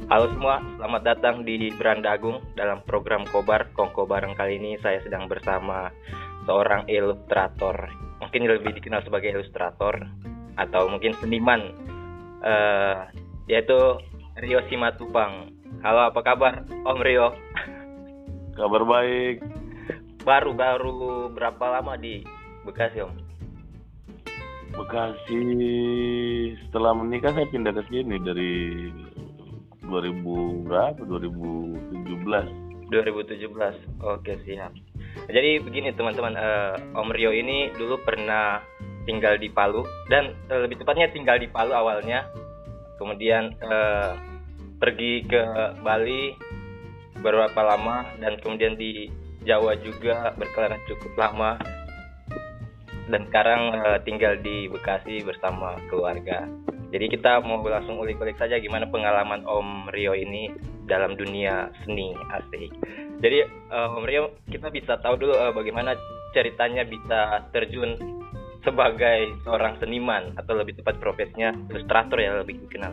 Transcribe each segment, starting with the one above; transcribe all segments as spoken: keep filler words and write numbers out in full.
Halo semua, selamat datang di Beranda Agung dalam program Kobar. Kongko bareng kali ini saya sedang bersama seorang ilustrator. Mungkin lebih dikenal sebagai ilustrator atau mungkin seniman, uh, yaitu Rio Simatupang. Halo, apa kabar Om Rio? Kabar baik. Baru-baru berapa lama di Bekasi, Om? Bekasi, setelah menikah saya pindah ke sini dari dua ribu berapa? dua ribu tujuh belas. dua ribu tujuh belas. Oke, siap. Jadi begini teman-teman, uh, Om Rio ini dulu pernah tinggal di Palu dan uh, lebih tepatnya tinggal di Palu awalnya. Kemudian uh, pergi ke Bali beberapa lama dan kemudian di Jawa juga berkelana cukup lama. Dan sekarang uh, tinggal di Bekasi bersama keluarga. Jadi kita mau langsung ulik-ulik saja gimana pengalaman Om Rio ini dalam dunia seni, asik. Jadi uh, Om Rio, kita bisa tahu dulu uh, bagaimana ceritanya bisa terjun sebagai seorang seniman atau lebih tepat profesinya ilustrator ya lebih dikenal.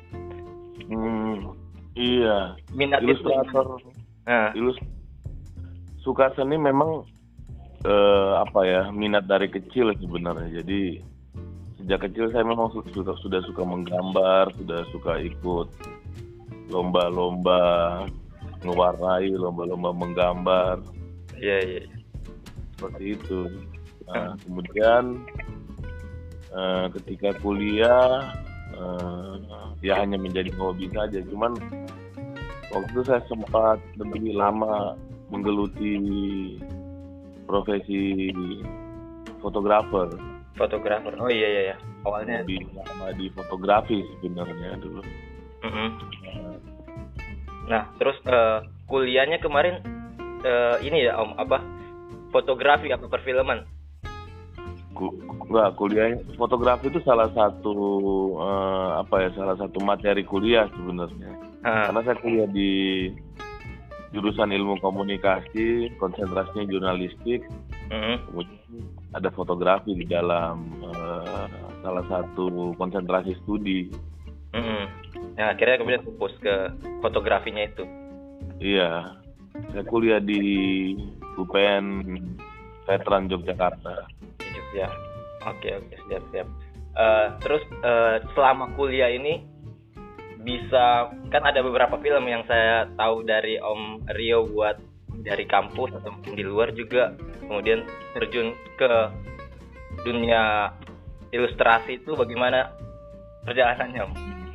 Hmm, iya. Minat ilustrator. Nah. Ilus suka seni memang eh, apa ya minat dari kecil sebenarnya. Jadi sejak kecil saya memang suka, sudah suka menggambar, sudah suka ikut lomba-lomba mewarnai, lomba-lomba menggambar. Iya, iya. Seperti itu. Nah, kemudian eh, ketika kuliah eh, ya hanya menjadi hobi saja. Cuman waktu itu saya sempat lebih lama menggeluti profesi fotografer. Fotografer. Oh iya iya ya. Awalnya di lama di fotografi sebenarnya dulu. Mm-hmm. Nah, terus uh, kuliahnya kemarin uh, ini ya Om apa? Fotografi apa perfilman? Ku, enggak, kuliah fotografi itu salah satu uh, apa ya salah satu materi kuliah sebenarnya. Ha. Karena saya kuliah di jurusan ilmu komunikasi, konsentrasinya jurnalistik. Mm-hmm. Kemudian ada fotografi di dalam uh, salah satu konsentrasi studi. Mm-hmm. Nah, akhirnya kemudian fokus ke fotografinya itu. Iya, saya kuliah di U P N Veteran Yogyakarta. Di Jogja. Oke oke siap siap. Uh, terus uh, selama kuliah ini bisa kan ada beberapa film yang saya tahu dari Om Rio buat dari kampus atau mungkin di luar juga, kemudian terjun ke dunia ilustrasi itu bagaimana perjalanannya Om?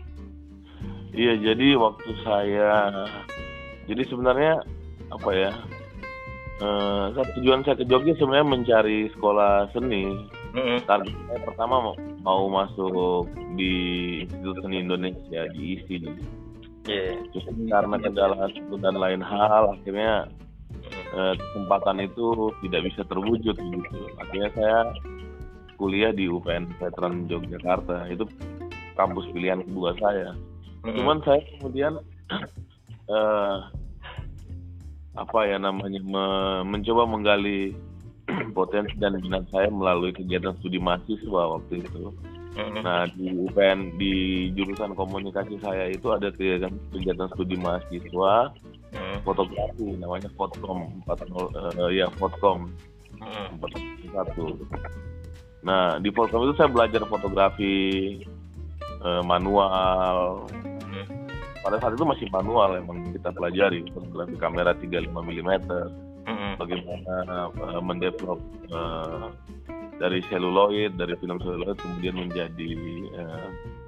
Iya, jadi waktu saya jadi sebenarnya apa ya eh, tujuan saya ke Jogja sebenarnya mencari sekolah seni. Mm-hmm. Target saya pertama mau, mau masuk di Institut Seni Indonesia di I S I. Yeah. Terus karena kendala satu dan lain hal akhirnya eh, kesempatan itu tidak bisa terwujud gitu. Akhirnya saya kuliah di U P N Veteran Yogyakarta, itu kampus pilihan kedua saya. Mm-hmm. Cuman saya kemudian eh, apa ya namanya me- mencoba menggali potensi dan minat saya melalui kegiatan studi mahasiswa waktu itu. Mm-hmm. Nah di U P N di jurusan komunikasi saya itu ada kegiatan, kegiatan studi mahasiswa mm-hmm. fotografi namanya Fotkom empat puluh uh, ya Fotkom mm-hmm. empat puluh satu. Nah di Fotkom itu saya belajar fotografi uh, manual. Mm-hmm. Pada saat itu masih manual emang kita pelajari fotografi kamera tiga puluh lima milimeter. Mm-hmm. Bagaimana uh, mendevelop uh, dari seluloid, dari film seluloid kemudian menjadi uh,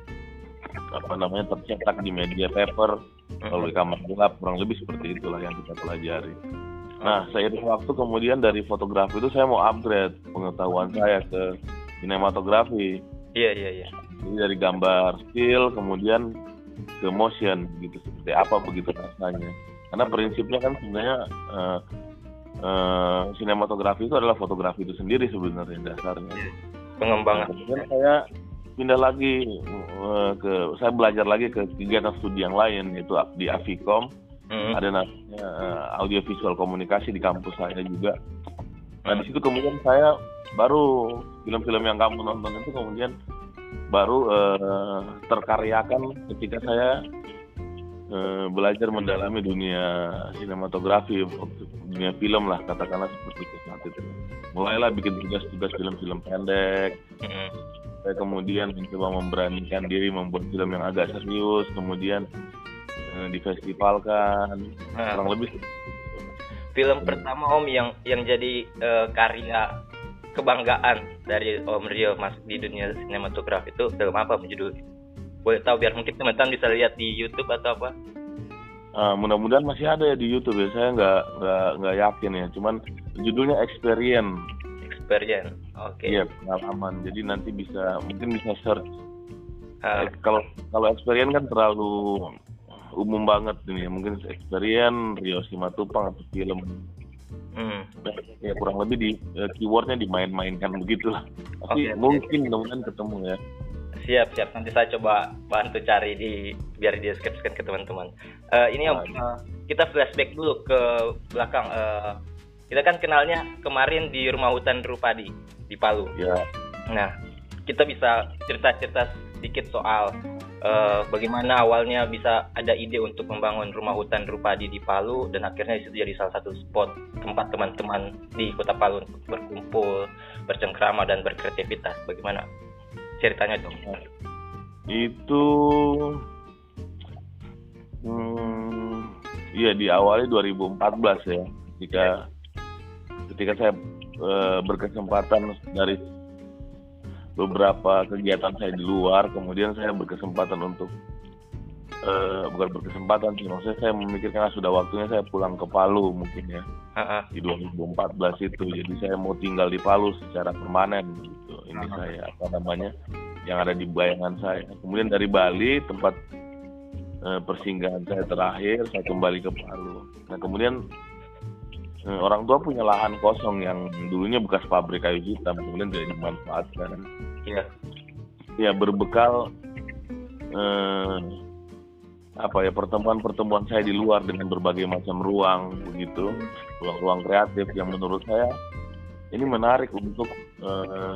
apa namanya tercetak di media paper melalui mm-hmm. kamar gelap, kurang lebih seperti itulah yang kita pelajari. Nah, seiring waktu kemudian dari fotografi itu saya mau upgrade pengetahuan saya ke sinematografi. Iya iya iya. Jadi dari gambar still kemudian ke motion gitu, seperti apa begitu rasanya. Karena prinsipnya kan sebenarnya uh, Uh, sinematografi itu adalah fotografi itu sendiri sebenarnya dasarnya. Pengembangan. Kemudian saya pindah lagi uh, ke saya belajar lagi ke kegiatan studi yang lain yaitu di Avikom. Mm-hmm. Ada namanya uh, audiovisual komunikasi di kampus saya juga. Nah mm-hmm. di situ kemudian saya baru film-film yang kamu nonton itu kemudian baru uh, terkaryakan ketika saya eh, belajar mendalami dunia sinematografi, dunia film lah katakanlah seperti itu saat itu. Mulailah bikin tugas-tugas film-film pendek. Mm-hmm. Saya kemudian mencoba memberanikan diri membuat film yang agak serius, kemudian eh, difestivalkan, Nah, kurang lebih. film pertama Om yang yang jadi eh, karya kebanggaan dari Om Rio masuk di dunia sinematografi itu film apa judulnya? Boleh tahu biar mungkin teman-teman bisa lihat di YouTube atau apa? Uh, mudah-mudahan masih ada ya di YouTube ya. Saya nggak nggak nggak yakin ya. Cuman judulnya Experience. Experience. Oke. Okay. Iya, pengalaman. Jadi nanti bisa mungkin bisa search. Uh, eh, kalau kalau Experience kan terlalu umum banget ini ya. Mungkin Experience Rio Simatupang atau film. Hmm. Ya kurang lebih di uh, keywordnya dimain-mainkan begitulah. Tapi Okay, mungkin mudah-mudahan ketemu ya. Siap siap. Nanti saya coba bantu cari di biar di deskripsikan ke teman-teman. Uh, ini Om, uh, kita flashback dulu ke belakang. Uh, kita kan kenalnya kemarin di Rumah Hutan Drupadi di Palu. Ya. Nah, kita bisa cerita-cerita sedikit soal uh, bagaimana awalnya bisa ada ide untuk membangun Rumah Hutan Drupadi di Palu dan akhirnya itu jadi salah satu spot tempat teman-teman di Kota Palu untuk berkumpul, bercengkrama dan berkreativitas. Bagaimana ceritanya dong? Itu hmm, iya diawali dua ribu empat belas ya, ketika ketika saya e, berkesempatan dari beberapa kegiatan saya di luar, kemudian saya berkesempatan untuk e, bukan berkesempatan sih, maksudnya saya memikirkan ah, sudah waktunya saya pulang ke Palu mungkin ya. Uh-huh. Di dua ribu empat belas itu, jadi saya mau tinggal di Palu secara permanen gitu. Ini uh-huh. saya apa namanya yang ada di bayangan saya. Kemudian dari Bali tempat e, persinggahan saya terakhir, saya kembali ke Palu. Nah kemudian e, orang tua punya lahan kosong yang dulunya bekas pabrik kayu hitam, kemudian tidak dimanfaatkan. Iya. Ya berbekal e, apa ya pertemuan-pertemuan saya di luar dengan berbagai macam ruang begitu, ruang-ruang kreatif yang menurut saya ini menarik untuk e,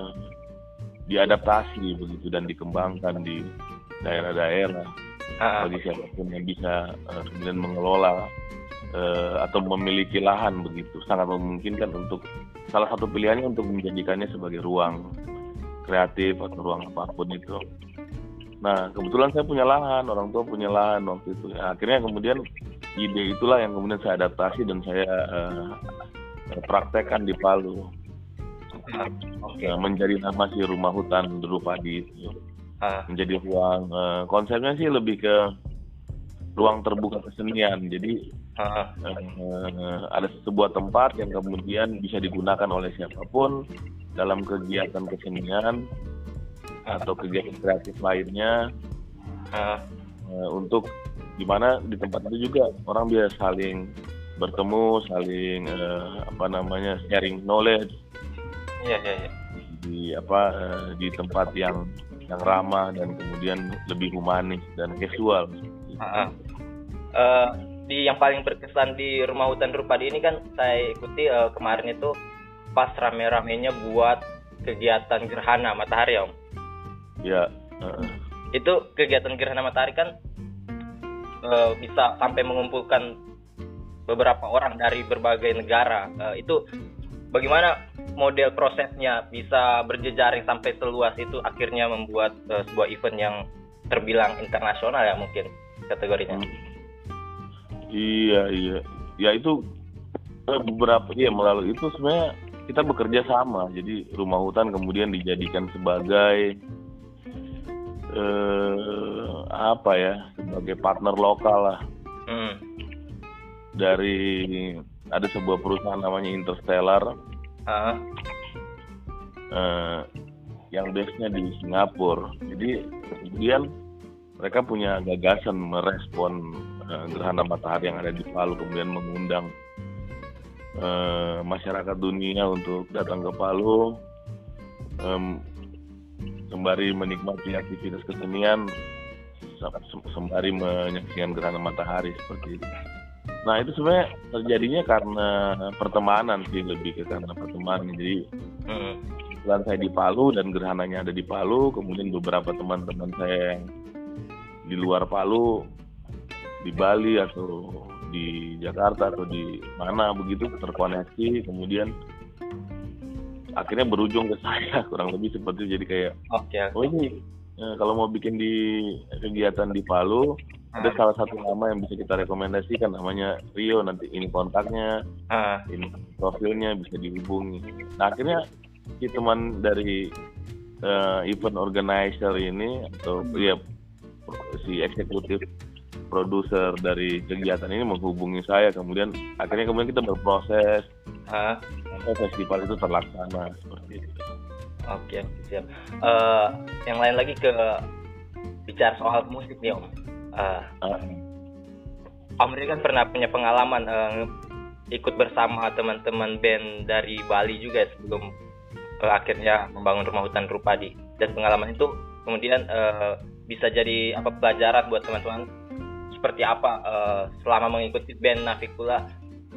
diadaptasi begitu dan dikembangkan di daerah-daerah uh-huh. bagi siapapun yang bisa uh, kemudian mengelola uh, atau memiliki lahan begitu, sangat memungkinkan untuk salah satu pilihannya untuk menjadikannya sebagai ruang kreatif atau ruang apapun itu. Nah kebetulan saya punya lahan, orang tua punya lahan waktu itu. Nah, akhirnya kemudian ide itulah yang kemudian saya adaptasi dan saya uh, praktekkan di Palu. Okay. Nah, menjadi nama si Rumah Hutan Drupadi itu uh. menjadi ruang uh, konsepnya sih lebih ke ruang terbuka kesenian. Jadi uh. Uh, ada sebuah tempat yang kemudian bisa digunakan oleh siapapun dalam kegiatan kesenian uh. atau kegiatan kreatif lainnya uh. Uh, untuk dimana di tempat itu juga orang bisa saling bertemu, saling uh, apa namanya sharing knowledge. Iya, iya, iya. Di apa uh, di tempat yang yang ramah dan kemudian lebih humanis dan casual. Uh-huh. Uh, di yang paling berkesan di Rumah Hutan Drupadi ini kan saya ikuti uh, kemarin itu pas rame-ramenya buat kegiatan gerhana matahari, Om. Ya. Uh-uh. Itu kegiatan gerhana matahari kan uh, bisa sampai mengumpulkan beberapa orang dari berbagai negara. Uh, itu bagaimana model prosesnya bisa berjejaring sampai seluas itu akhirnya membuat uh, sebuah event yang terbilang internasional ya mungkin kategorinya. Hmm. Iya iya, ya itu beberapa ya melalui itu sebenarnya kita bekerja sama. Jadi Rumah Hutan kemudian dijadikan sebagai eh, apa ya sebagai partner lokal lah. Hmm. Dari ada sebuah perusahaan namanya Interstellar. Uh. Uh, yang base-nya di Singapura. Jadi kemudian mereka punya gagasan merespon uh, gerhana matahari yang ada di Palu, kemudian mengundang uh, masyarakat dunia untuk datang ke Palu um, sembari menikmati aktivitas kesenian, sembari menyaksikan gerhana matahari seperti itu. Nah itu sebenarnya terjadinya karena pertemanan sih, lebih ke karena pertemanan. Jadi kebetulan saya di Palu dan gerhananya ada di Palu, kemudian beberapa teman-teman saya yang di luar Palu di Bali atau di Jakarta atau di mana begitu terkoneksi, kemudian akhirnya berujung ke saya kurang lebih seperti itu. Jadi kayak Oke. oh ini eh, kalau mau bikin di kegiatan di Palu ada salah satu nama yang bisa kita rekomendasikan, namanya Rio, nanti ini kontaknya, Ah. ini profilnya, bisa dihubungi. Nah akhirnya si teman dari uh, event organizer ini atau ya si eksekutif produser dari kegiatan ini menghubungi saya, kemudian akhirnya kemudian kita berproses Ah. sampai festival itu terlaksana seperti itu. Oke, siap. Eh, yang lain lagi ke bicara soal musik nih Om. Uh, Ah, Om Rio kan pernah punya pengalaman eh, ikut bersama teman-teman band dari Bali juga sebelum eh, akhirnya membangun Rumah Hutan Drupadi, dan pengalaman itu kemudian eh, bisa jadi apa pelajaran buat teman-teman seperti apa eh, selama mengikuti band Navikula.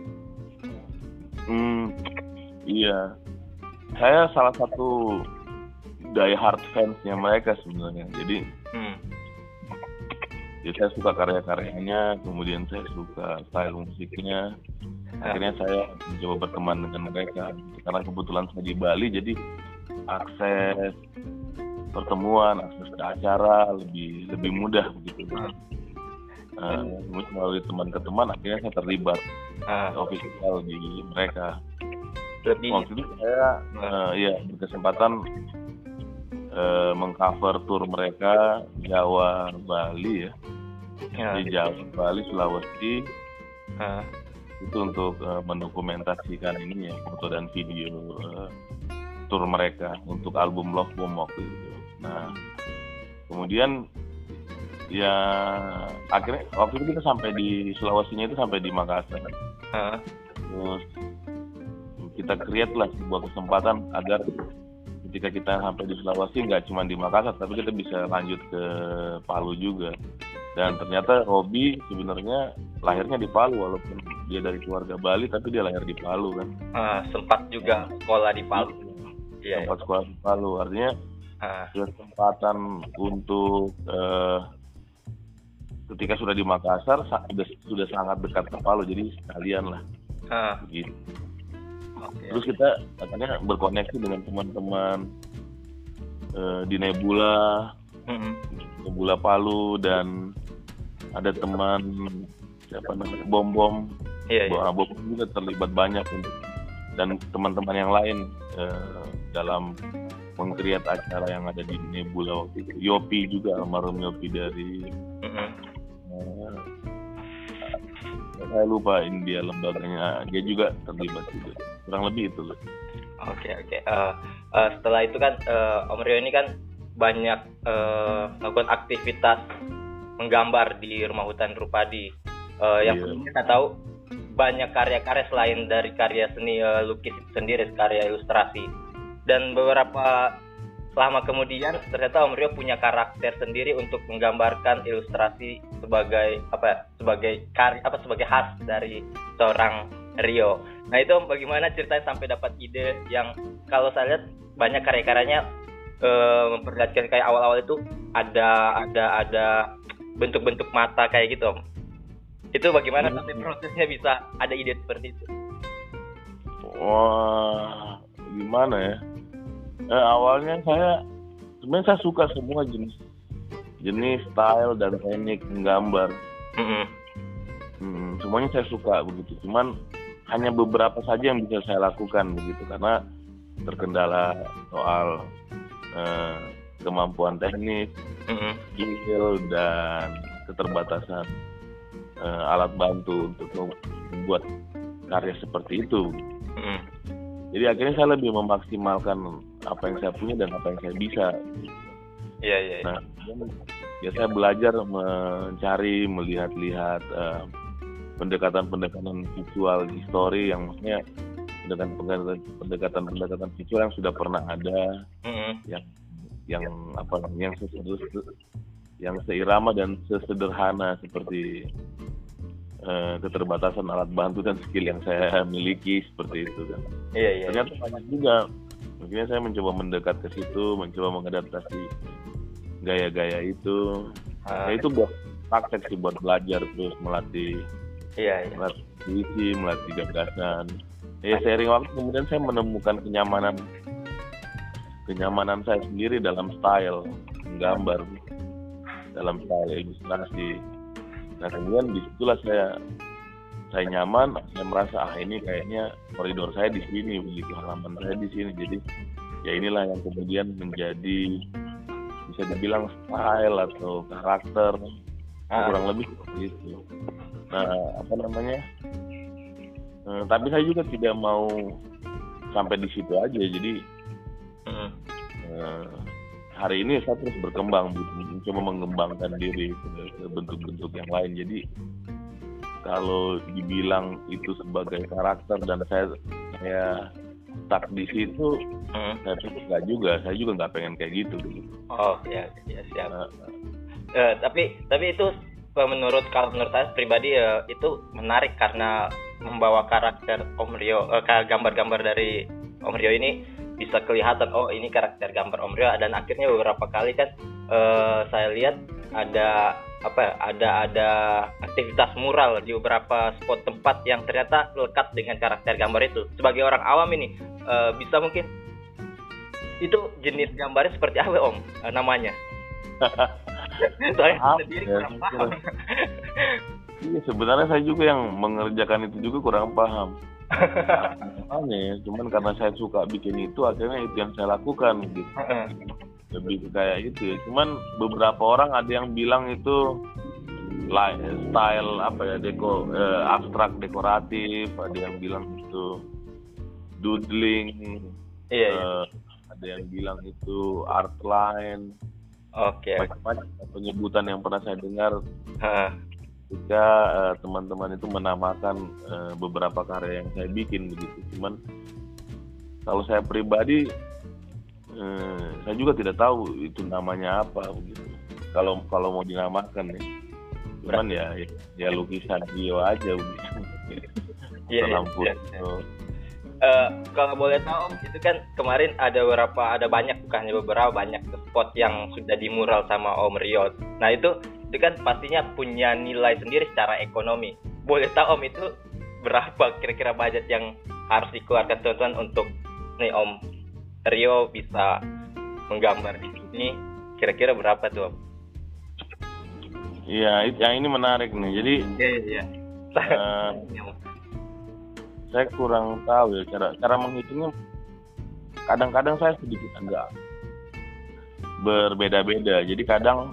hmm, iya, saya salah satu die hard fansnya mereka sebenarnya. Jadi Hmm. ya saya suka karya-karyanya, kemudian saya suka style musiknya. Akhirnya saya mencoba berteman dengan mereka karena kebetulan saya di Bali, jadi akses pertemuan, akses ke acara lebih lebih mudah begitu. Uh, kemudian melalui teman ke teman akhirnya saya terlibat Ah. official di mereka. Lebih Waktu itu saya uh, ya berkesempatan uh, mengcover tour mereka Jawa Bali ya. ya, Di Jawa, Bali, Sulawesi, ah. itu untuk uh, mendokumentasikan ini ya, foto dan video uh, tour mereka untuk album Love Bomb waktu itu. Nah, kemudian ya akhirnya waktu itu kita sampai di Sulawesinya itu sampai di Makassar. Ah. Terus kita create lah sebuah kesempatan agar ketika kita sampai di Sulawesi nggak cuma di Makassar, tapi kita bisa lanjut ke Palu juga. Dan ternyata Robi sebenarnya lahirnya di Palu, walaupun dia dari keluarga Bali, tapi dia lahir di Palu kan. Ah, sempat juga sekolah di Palu. Iya. Tempat sekolah di Palu, artinya Ah. kesempatan untuk eh, ketika sudah di Makassar sudah sudah sangat dekat ke Palu, jadi sekalian lah. Ah. Gitu. Oke. Terus kita akhirnya berkoneksi dengan teman-teman eh, di Nebula, Mm-mm. Nebula Palu, dan ada teman siapa namanya Bom Bom, Iya, iya. Bom Bom juga terlibat banyak untuk, dan teman-teman yang lain eh, dalam mengkreat acara yang ada di Nebula waktu itu. Yopi juga, almarhum Yopi dari Mm-mm. eh, saya lupa ini dia lembaganya, dia juga terlibat juga. Kurang lebih itu loh. Oke, oke. Eh, eh, setelah itu kan eh, Om Rio ini kan banyak eh, melakukan aktivitas menggambar di Rumah Hutan Drupadi. Eh, yang Iya. perlu kita tahu banyak karya-karya selain dari karya seni eh, lukis itu sendiri, karya ilustrasi. Dan beberapa lama kemudian ternyata Om Rio punya karakter sendiri untuk menggambarkan ilustrasi sebagai apa ya, sebagai karya apa sebagai khas dari seorang Rio. Nah itu bagaimana ceritanya sampai dapat ide yang kalau saya lihat banyak karya-karyanya eh, memperlihatkan kayak awal-awal itu ada ada ada bentuk-bentuk mata kayak gitu Om. Itu bagaimana sampai prosesnya bisa ada ide seperti itu? Wah, gimana ya? Eh, awalnya saya sebenarnya saya suka semua jenis jenis style dan teknik menggambar. Mm-mm. Hmm, semuanya saya suka begitu. Cuman hanya beberapa saja yang bisa saya lakukan begitu karena terkendala soal eh, kemampuan teknis, Mm-mm. skill, dan keterbatasan eh, alat bantu untuk membuat karya seperti itu. Mm-mm. Jadi akhirnya saya lebih memaksimalkan apa yang saya punya dan apa yang saya bisa. Iya, iya. iya. Nah, ya saya belajar mencari, melihat-lihat eh, pendekatan-pendekatan visual histori yang maksudnya pendekatan-pendekatan pendekatan-pendekatan visual yang sudah pernah ada, Mm-mm. yang yang apa yang sesederhana, yang seirama dan sesederhana seperti eh, keterbatasan alat bantu dan skill yang saya miliki seperti itu kan. Iya, iya. Ternyata banyak juga. Mungkin saya mencoba mendekat ke situ, mencoba mengadaptasi gaya-gaya itu. Ah. Ya itu buat praktek sih buat belajar terus melatih Iya, iya. melatih visi, melatih gagasan. Ya seiring waktu kemudian saya menemukan kenyamanan kenyamanan saya sendiri dalam style menggambar, dalam style ilustrasi. Nah kemudian disitulah saya saya nyaman, saya merasa ah ini kayaknya koridor saya di sini, begitu halaman saya di sini. Jadi ya inilah yang kemudian menjadi bisa dibilang style atau karakter Ah. kurang lebih seperti itu. Nah apa namanya? Eh, tapi saya juga tidak mau sampai di situ aja. Jadi Mm. eh, hari ini saya terus berkembang, mencoba mengembangkan diri ke, ke bentuk-bentuk yang lain. Jadi kalau dibilang itu sebagai karakter dan saya saya stuck di situ, Mm. saya pikir nggak juga. Saya juga nggak pengen kayak gitu. Oh ya, ya siap. Nah, Eh, tapi tapi itu eh, menurut kalau menurut saya pribadi eh, itu menarik karena membawa karakter Om Rio, eh, ka- gambar-gambar dari Om Rio ini bisa kelihatan oh ini karakter gambar Om Rio, dan akhirnya beberapa kali kan eh, saya lihat ada apa ya, ada ada aktivitas mural di beberapa spot tempat yang ternyata lekat dengan karakter gambar itu. Sebagai orang awam ini eh, bisa mungkin itu jenis gambarnya seperti apa Om eh, namanya? Soalnya Paham, sendiri ya, kurang paham. iya sebenarnya saya juga yang mengerjakan itu juga kurang paham. Makanya, cuman karena saya suka bikin itu, akhirnya itu yang saya lakukan gitu. Lebih kayak itu ya. Cuman beberapa orang ada yang bilang itu like, style apa ya, deko eh, abstrak dekoratif, ada yang bilang itu doodling, Iya, iya. eh, ada yang bilang itu art line, Oke. macam-macam penyebutan yang pernah saya dengar Heeh. ketika eh, teman-teman itu menamakan eh, beberapa karya yang saya bikin begitu. Cuman kalau saya pribadi eh, saya juga tidak tahu itu namanya apa begitu. Kalau kalau mau dinamakan ya. Cuman ya ya, ya lukisan Rio aja begitu. Iya, iya, Lampu. iya, iya. Eh, kalau boleh tahu Om, itu kan kemarin ada beberapa, ada banyak bukannya beberapa banyak spot yang sudah dimural sama Om Rio. Nah itu itu kan pastinya punya nilai sendiri secara ekonomi. Boleh tahu Om itu berapa kira-kira budget yang harus dikeluarkan teman-teman untuk nih Om Rio bisa menggambar di sini, kira-kira berapa tuh Om? Iya, it- yang ini menarik nih. Jadi Iya, iya. eh, saya kurang tahu ya cara cara menghitungnya. Kadang-kadang saya sedikit agak berbeda-beda. Jadi kadang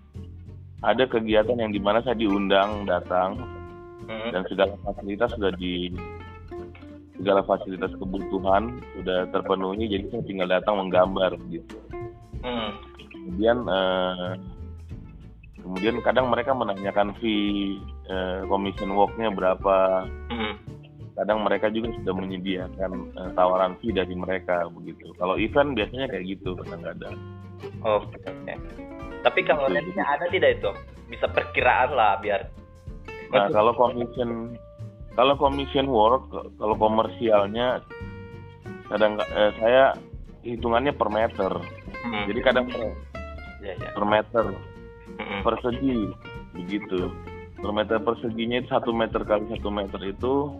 ada kegiatan yang dimana saya diundang datang Hmm. dan segala fasilitas sudah di segala fasilitas kebutuhan sudah terpenuhi. Jadi saya tinggal datang menggambar gitu. Hmm. Kemudian eh, kemudian kadang mereka menanyakan fee eh, commission work-nya berapa. Hmm. Kadang mereka juga sudah menyediakan uh, tawaran fee dari mereka begitu. Kalau event biasanya kayak gitu kadang-kadang. Oh, oke. Okay. Tapi kalau rate-nya ada tidak itu? Bisa perkiraan lah biar. Nah kalau commission kalau commission work kalau komersialnya kadang eh, saya hitungannya per meter. Hmm. Jadi kadang per, Ya, ya. per meter Hmm. persegi begitu. Per meter perseginya itu satu meter kali satu meter itu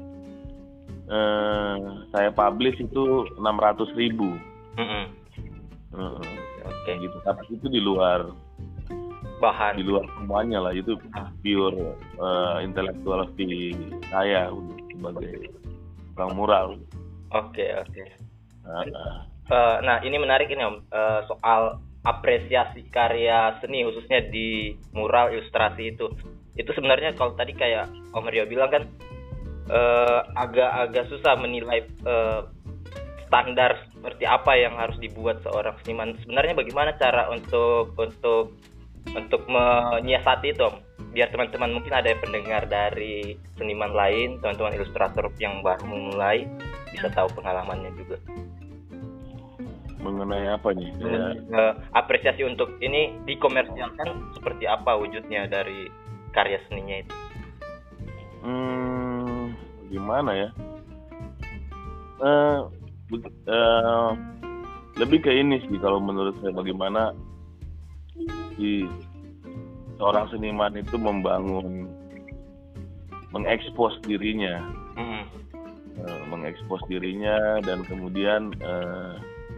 eh, saya publish itu enam ratus ribu. Hmm. Uh, Oke. gitu. Tapi itu di luar Bahan. di luar semuanya lah, itu pure uh, intellectual fee saya sebagai tukang mural. Oke, oke. Nah, nah. Eh, nah, ini menarik ini Om, Eh, soal apresiasi karya seni khususnya di mural ilustrasi itu. Itu sebenarnya kalau tadi kayak Om Rio bilang kan eh, agak-agak susah menilai eh, standar seperti apa yang harus dibuat seorang seniman. Sebenarnya bagaimana cara untuk untuk untuk menyiasati itu Om? Biar teman-teman mungkin ada yang pendengar dari seniman lain, teman-teman ilustrator yang baru memulai bisa tahu pengalamannya juga. Mengenai apa nih? Saya, Uh, apresiasi untuk ini dikomersialkan seperti apa wujudnya dari karya seninya itu? hmm, gimana ya? Eh, be- eh, lebih ke ini sih kalau menurut saya, bagaimana si seorang seniman itu membangun, mengekspos dirinya, Mm. uh, mengekspos dirinya dan kemudian uh,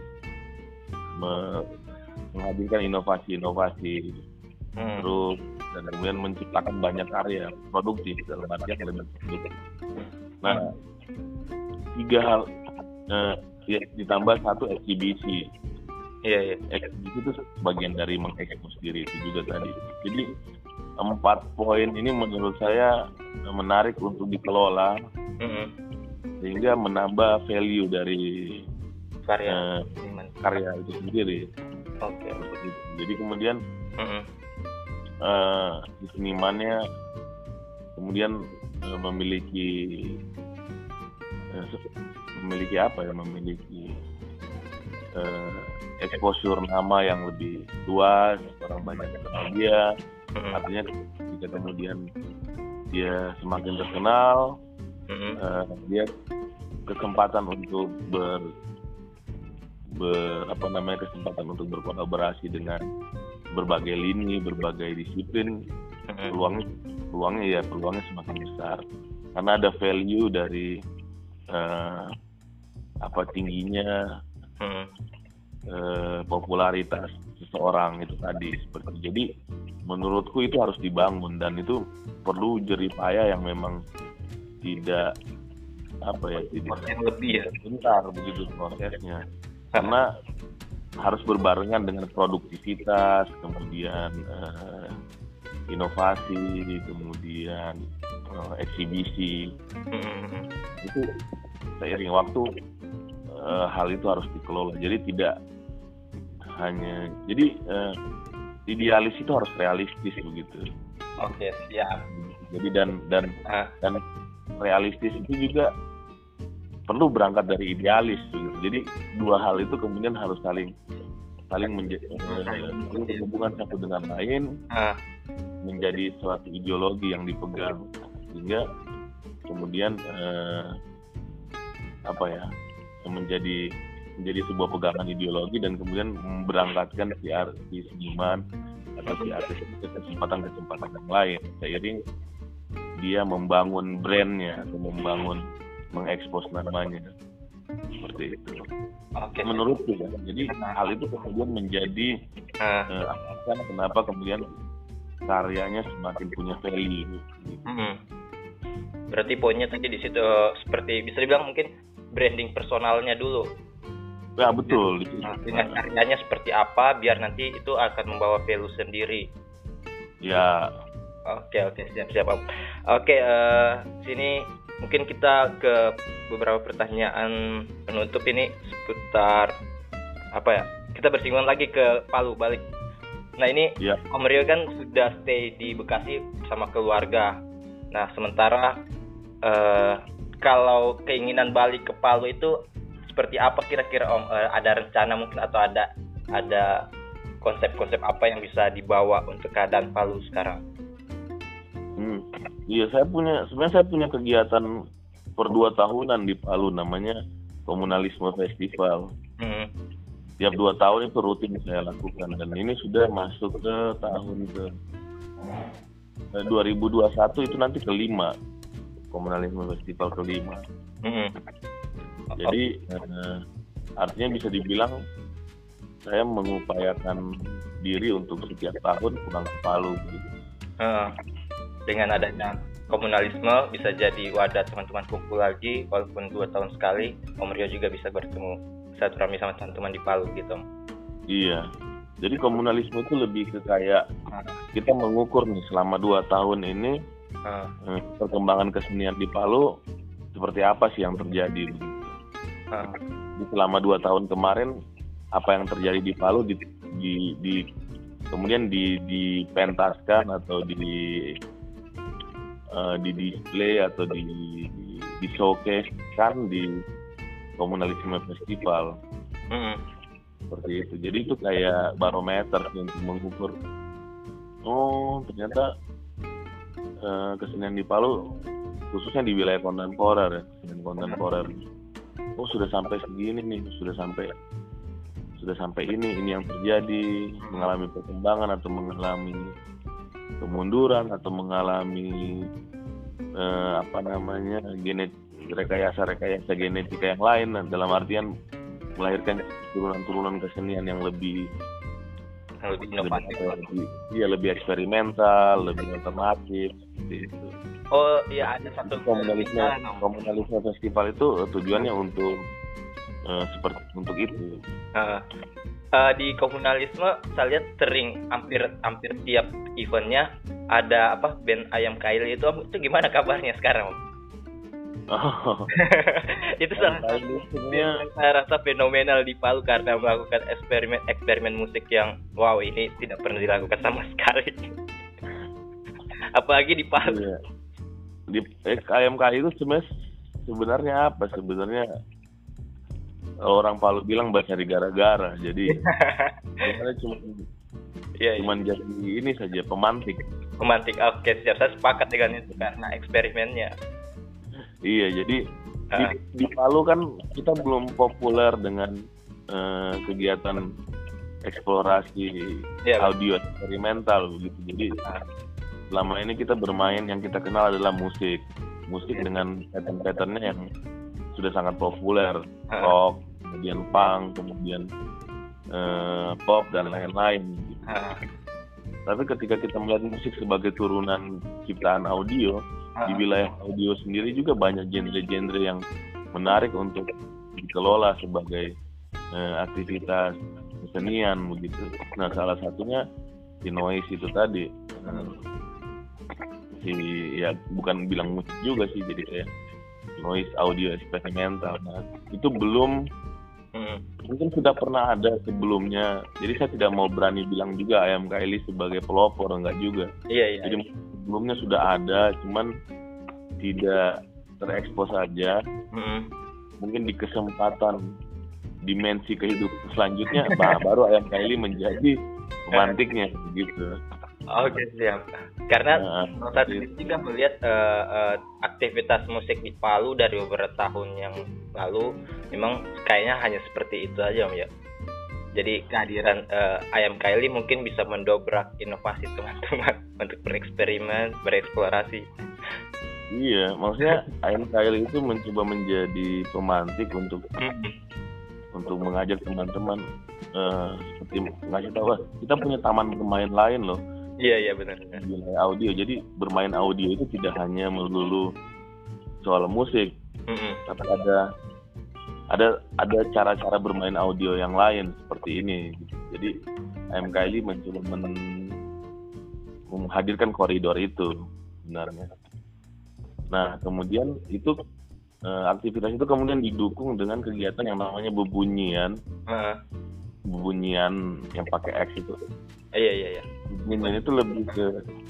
me- menghadirkan inovasi-inovasi, Mm. terus dan kemudian menciptakan banyak karya produktif dalam artian lebih produktif. Nah, tiga hal uh, ya, ditambah satu eksibisi. Iya, iya. Eksibisi itu bagian dari mengekspos diri itu juga tadi. Jadi empat poin ini menurut saya menarik untuk dikelola Mm-mm. sehingga menambah value dari Karya eh, seniman. karya itu sendiri. Oke. Seperti itu. Jadi kemudian Mm-mm. eh, si senimannya kemudian eh, memiliki eh, se- memiliki apa ya? Memiliki eh, exposure nama yang lebih luas, orang banyak kenal dia. Mm-mm. Artinya jika kemudian dia semakin terkenal, Mm-mm. uh, dia kesempatan untuk ber, ber apa namanya kesempatan untuk berkolaborasi dengan berbagai lini, berbagai disiplin, Mm-mm. peluangnya peluangnya ya peluangnya semakin besar karena ada value dari uh, apa tingginya Mm-mm. uh, popularitas seseorang itu tadi seperti jadi menurutku itu harus dibangun dan itu perlu jerih payah yang memang tidak apa ya tidak Yang lebih ya. bentar begitu prosesnya karena harus berbarengan dengan produktivitas kemudian eh, inovasi kemudian eh, eksibisi Mm-mm. itu seiring waktu eh, hal itu harus dikelola jadi tidak hanya jadi eh, idealis itu harus realistis begitu. Oke, siap. Jadi dan dan Ah. dan realistis itu juga perlu berangkat dari idealis begitu. Jadi dua hal itu kemudian harus saling saling menjadi berhubungan satu dengan lain Ah. menjadi suatu ideologi yang dipegang sehingga kemudian eh, apa ya menjadi menjadi sebuah pegangan ideologi dan kemudian memberangkatkan si artis seniman atau si artis ke kesempatan-kesempatan yang lain seiring dia membangun brandnya atau membangun mengekspos namanya seperti itu. Oke. Menurutku ya, jadi hal itu kemudian menjadi Ah. eh, alasan kenapa kemudian karyanya semakin punya value. Mm-mm. Berarti poinnya tadi di situ eh, seperti bisa dibilang mungkin branding personalnya dulu. Ya betul. Nah, dengan karyanya seperti apa biar nanti itu akan membawa value sendiri. Ya. Oke oke siap siap Om. Oke eh, sini mungkin kita ke beberapa pertanyaan penutup ini seputar apa ya kita bersinggungan lagi ke Palu balik. Nah ini Ya. Om Rio kan sudah stay di Bekasi sama keluarga. Nah sementara eh, kalau keinginan balik ke Palu itu seperti apa kira-kira Om? Eh, ada rencana mungkin atau ada ada konsep-konsep apa yang bisa dibawa untuk keadaan Palu sekarang? Hmm. Iya, saya punya sebenarnya saya punya kegiatan per dua tahunan di Palu namanya Komunalisme Festival. Hmm. Tiap dua tahun itu rutin saya lakukan dan ini sudah masuk ke tahun ke eh, dua ribu dua puluh satu itu nanti kelima Komunalisme Festival kelima. Hmm. Jadi eh, artinya bisa dibilang saya mengupayakan diri untuk setiap tahun pulang ke Palu. Gitu. Uh, dengan adanya komunalisme bisa jadi wadah teman-teman kumpul lagi walaupun dua tahun sekali. Om Rio juga bisa bertemu silaturahmi sama teman-teman di Palu gitu. Iya. Jadi komunalisme itu lebih ke kayak kita mengukur nih selama dua tahun ini Uh, eh, perkembangan kesenian di Palu seperti apa sih yang terjadi. uh, Di selama dua tahun kemarin apa yang terjadi di Palu di, di, di kemudian di dipentaskan atau di uh, di display atau di di, di showcase kan di Komunalisme Festival. mm, Seperti itu. Jadi itu kayak barometer untuk mengukur oh ternyata uh, kesenian di Palu khususnya di wilayah kontemporer ya, kesenian kontemporer. Oh sudah sampai segini nih, sudah sampai sudah sampai ini, ini yang terjadi, mengalami perkembangan atau mengalami kemunduran atau mengalami eh, apa namanya genet rekayasa-rekayasa genetika yang lain. Nah, dalam artian melahirkan turunan-turunan kesenian yang lebih lebih inovatif, lebih, iya lebih eksperimental, lebih alternatif seperti itu. Oh iya, ada satu komunalisme komunalisme festival itu tujuannya untuk uh, seperti untuk itu. Uh, uh, di komunalisme saya lihat sering hampir hampir tiap eventnya ada apa band Ayam Kaili itu itu gimana kabarnya sekarang? Oh. Itu salah satu yang saya rasa fenomenal di Palu karena melakukan eksperimen eksperimen musik yang wow, ini tidak pernah dilakukan sama sekali. Apalagi di Palu. Iya. Di eh, Ayam Kaili itu sebenarnya sebenarnya apa? Sebenarnya orang Palu bilang cari gara-gara. Jadi sebenarnya cuma ya, cuma ya. Jadi ini saja pemantik. Pemantik. Oke, siap. Saya sepakat dengan itu karena eksperimennya. Iya, jadi uh. di, di Palu kan kita belum populer dengan uh, kegiatan eksplorasi ya, audio eksperimental begitu. Jadi uh. selama ini kita bermain yang kita kenal adalah musik, musik ya. Dengan pattern-patternnya yang sudah sangat populer, uh. rock, kemudian punk, kemudian uh, pop dan lain-lain. Gitu. Uh. Tapi ketika kita melihat musik sebagai turunan ciptaan audio, uh-huh. di wilayah audio sendiri juga banyak genre-genre yang menarik untuk dikelola sebagai uh, aktivitas kesenian begitu. Nah, salah satunya si noise itu tadi, uh, si ya bukan bilang musik juga sih, jadi kayak noise audio eksperimental. Nah, itu belum Hmm. mungkin sudah pernah ada sebelumnya, jadi saya tidak mau berani bilang juga Ayam Kaili sebagai pelopor, enggak juga. Iya, iya. Jadi sebelumnya sudah ada, cuman tidak terekspos saja. Hmm. Mungkin di kesempatan dimensi kehidupan selanjutnya, bah, baru Ayam Kaili menjadi pemantiknya, gitu. Oke, siap. Karena nah, saat ini juga melihat uh, uh, aktivitas musik di Palu dari beberapa tahun yang lalu memang kayaknya hanya seperti itu aja, Om ya. Jadi kehadiran uh, Ayam Kaili mungkin bisa mendobrak inovasi teman-teman untuk bereksperimen, bereksplorasi. Iya, maksudnya Ayam Kaili itu mencoba menjadi pemantik untuk untuk mengajak teman-teman uh, seperti ngasih tahu kita punya taman bermain lain loh. Iya iya benar. Wilayah audio, jadi bermain audio itu tidak hanya melulu soal musik, mm-hmm. tapi ada ada ada cara-cara bermain audio yang lain seperti ini. Jadi Ayam Kaili mencoba men- menghadirkan koridor itu sebenarnya. Nah kemudian itu eh, aktivitas itu kemudian didukung dengan kegiatan yang namanya bebunyian, uh. bebunyian yang pakai X itu. Iya iya iya. Bebunyian itu lebih ke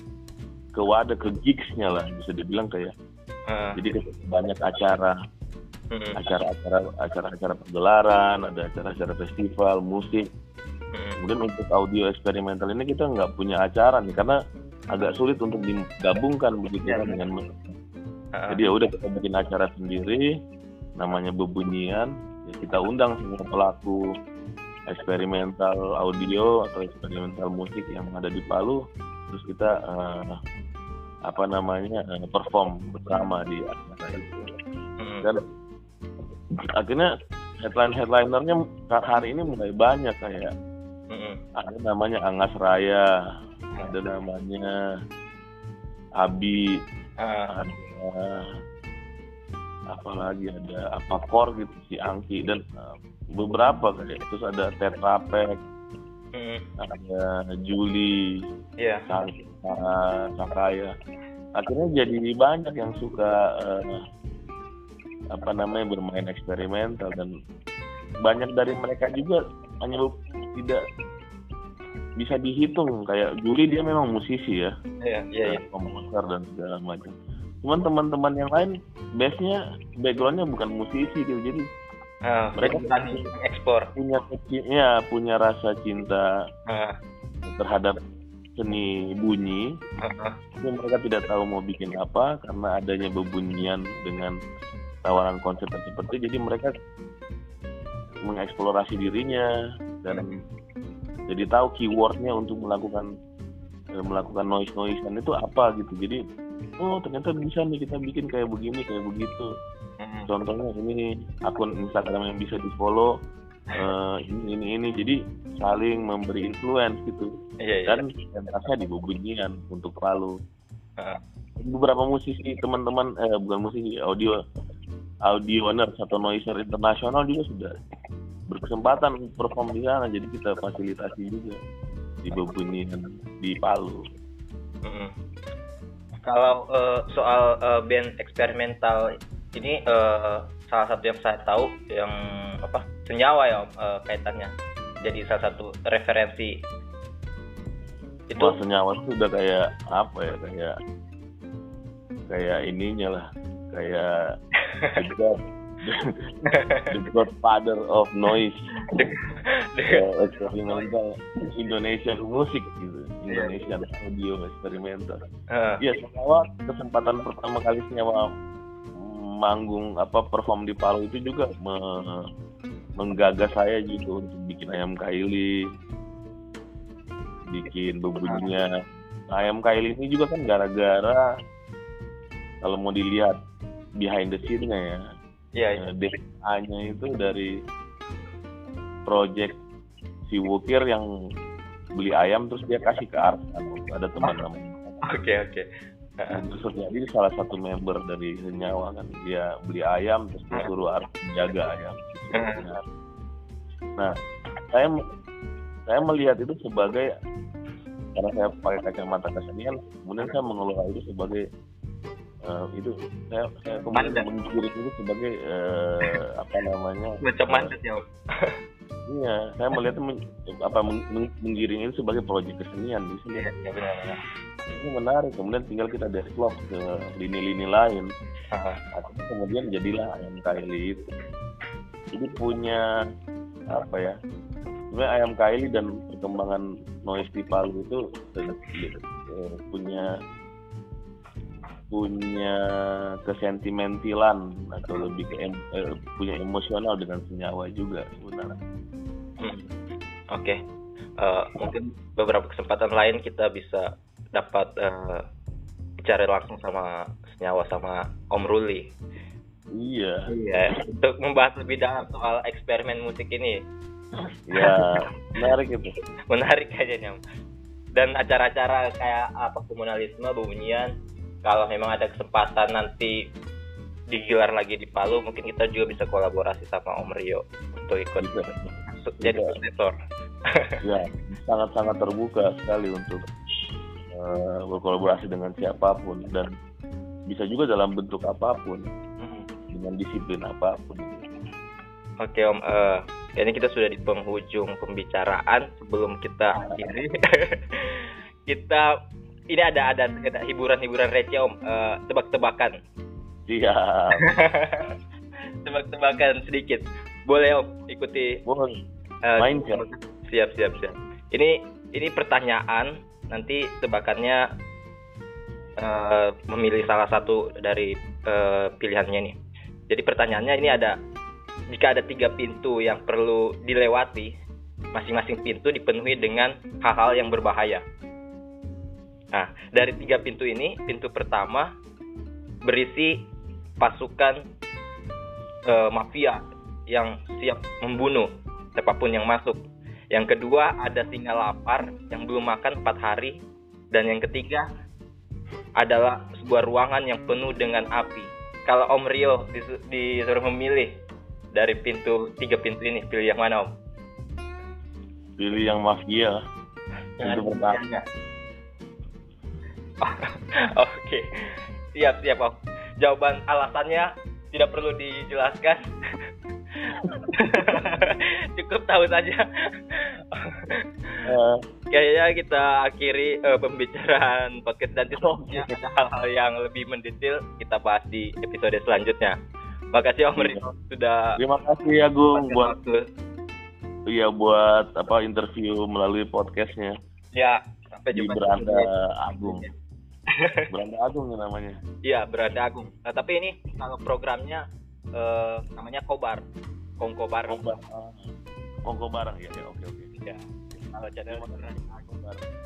ke wadah, ke gigs-nya lah bisa dibilang kayak. Uh. Jadi banyak acara, uh-huh. acara-acara, acara-acara pergelaran, ada acara-acara festival musik. Uh-huh. Kemudian untuk audio eksperimental ini kita nggak punya acara nih karena agak sulit untuk digabungkan begitu kan dengan musik. Uh-huh. Jadi ya udah kita bikin acara sendiri, namanya bebunyian. Ya kita undang semua pelaku eksperimental audio atau eksperimental musik yang ada di Palu, terus kita uh, apa namanya uh, perform bersama di acara itu. Hmm. Dan akhirnya headline-headlinernya hari ini mulai banyak kayak hmm. ada namanya Angas Raya, ada namanya Abi, uh. ada apa lagi, ada apa Kor gitu si Angki dan uh, beberapa kayak terus ada Tetra Pak, mm. ada Juli, yeah. Sakaya. Akhirnya jadi banyak yang suka uh, apa namanya bermain eksperimental dan banyak dari mereka juga hanya tidak bisa dihitung. Kayak Juli dia memang musisi ya, yeah, yeah, yeah. komposer dan segala macam. Cuman teman-teman yang lain base-nya background-nya bukan musisi gitu, jadi Uh, mereka ekspor punya ya punya rasa cinta uh. terhadap seni bunyi, uh-huh. tapi mereka tidak tahu mau bikin apa karena adanya bebunyian dengan tawaran konsep seperti, jadi mereka mengeksplorasi dirinya dan uh. jadi tahu keywordnya untuk melakukan eh, melakukan noise noisean itu apa gitu. Jadi oh ternyata bisa nih kita bikin kayak begini kayak begitu. Hmm. Contohnya ini akun Instagram yang bisa di follow uh, ini ini ini jadi saling memberi influence gitu. Iya, iya. Dan pentasnya di Bubunian untuk Palu. Uh. Beberapa musisi teman-teman eh bukan musisi audio audioner atau noiser internasional juga sudah berkesempatan perform di sana, jadi kita fasilitasi juga di Bubunian di Palu. Mm-hmm. Kalau uh, soal uh, band eksperimental ini uh, salah satu yang saya tahu yang apa Senyawa ya uh, kaitannya jadi salah satu referensi itu. Wah, Senyawa itu udah kayak apa ya kayak kayak ininya lah kayak the god the godfather of noise uh, eksperimental Indonesian music gitu, Indonesian audio eksperimental. Iya, uh. Senyawa kesempatan pertama kali Senyawa manggung apa perform di Palu itu juga me- menggagas saya juga untuk bikin ayam kaili, bikin Bubunian. Ayam kaili ini juga kan gara-gara kalau mau dilihat behind the scene-nya ya, yeah, yeah. D N A-nya itu dari project si Wukir yang beli ayam terus dia kasih ke Arsan, ada teman namanya. Oke oke. Terus jadi salah satu member dari Senyawa kan dia beli ayam terus dia suruh Arsan jaga ayam. Nah, saya saya melihat itu sebagai karena saya pakai kacamata kesenian, kemudian saya mengelola itu sebagai Uh, itu saya saya kemudian menggiring itu sebagai uh, apa namanya macam mandat ya. Iya, saya melihat men, apa meng, menggiring itu sebagai proyek kesenian di sini. Ya, benar-benar. Ini menarik. Kemudian tinggal kita develop ke lini-lini lain. Atau kemudian jadilah ayam kaili itu. Jadi punya apa ya? Sebenarnya ayam kaili dan perkembangan noise di Palu itu eh, punya punya kesentimentilan atau lebih ke em, eh, punya emosional dengan Senyawa juga sebenarnya. Hmm. Oke, okay. uh, mungkin beberapa kesempatan lain kita bisa dapat uh, bicara langsung sama Senyawa sama Om Ruli. Iya. Iya. Untuk membahas lebih dalam soal eksperimen musik ini. Ya, menarik itu. Menarik kayaknya. Dan acara-acara kayak apa komunalisme, Bubunian. Kalau memang ada kesempatan nanti digelar lagi di Palu, mungkin kita juga bisa kolaborasi sama Om Rio untuk ikut bisa. Jadi profesor. Ya, sangat-sangat terbuka sekali untuk uh, berkolaborasi dengan siapapun dan bisa juga dalam bentuk apapun, hmm. dengan disiplin apapun. Oke Om, uh, ini kita sudah di penghujung pembicaraan. Sebelum kita akhiri, kita ini ada ada, ada hiburan-hiburan receh Om, uh, tebak-tebakan. Iya. Tebak-tebakan sedikit. Boleh Om, ikuti. Boleh. Uh, Main siap. Siap, siap, siap. Ini ini pertanyaan, nanti tebakannya uh, memilih salah satu dari uh, pilihannya nih. Jadi pertanyaannya ini ada, jika ada tiga pintu yang perlu dilewati, masing-masing pintu dipenuhi dengan hal-hal yang berbahaya. Nah, dari tiga pintu ini, pintu pertama berisi pasukan e, mafia yang siap membunuh siapapun yang masuk. Yang kedua, ada singa lapar yang belum makan empat hari. Dan yang ketiga adalah sebuah ruangan yang penuh dengan api. Kalau Om Rio disu- disuruh memilih dari pintu tiga pintu ini, pilih yang mana Om? Pilih yang mafia. Pintu pertama. Oke, siap siap Om. Jawaban alasannya tidak perlu dijelaskan. Cukup tahu saja. uh, Kayaknya kita akhiri uh, pembicaraan podcast dan selanjutnya ada hal-hal yang lebih mendetail kita bahas di episode selanjutnya. Makasih Om Rio sudah. Terima kasih Agung buat waktu. Iya buat apa interview melalui podcastnya. Ya, sampai jumpa di Beranda Agung. Beranda Agung namanya. Iya, Beranda Agung. Nah, tapi ini kalau programnya eh, namanya Kobar. Kongko Bareng. Kongko Bareng ya, ya oke oke. Ya. Kalau channel Beranda Agung Bareng.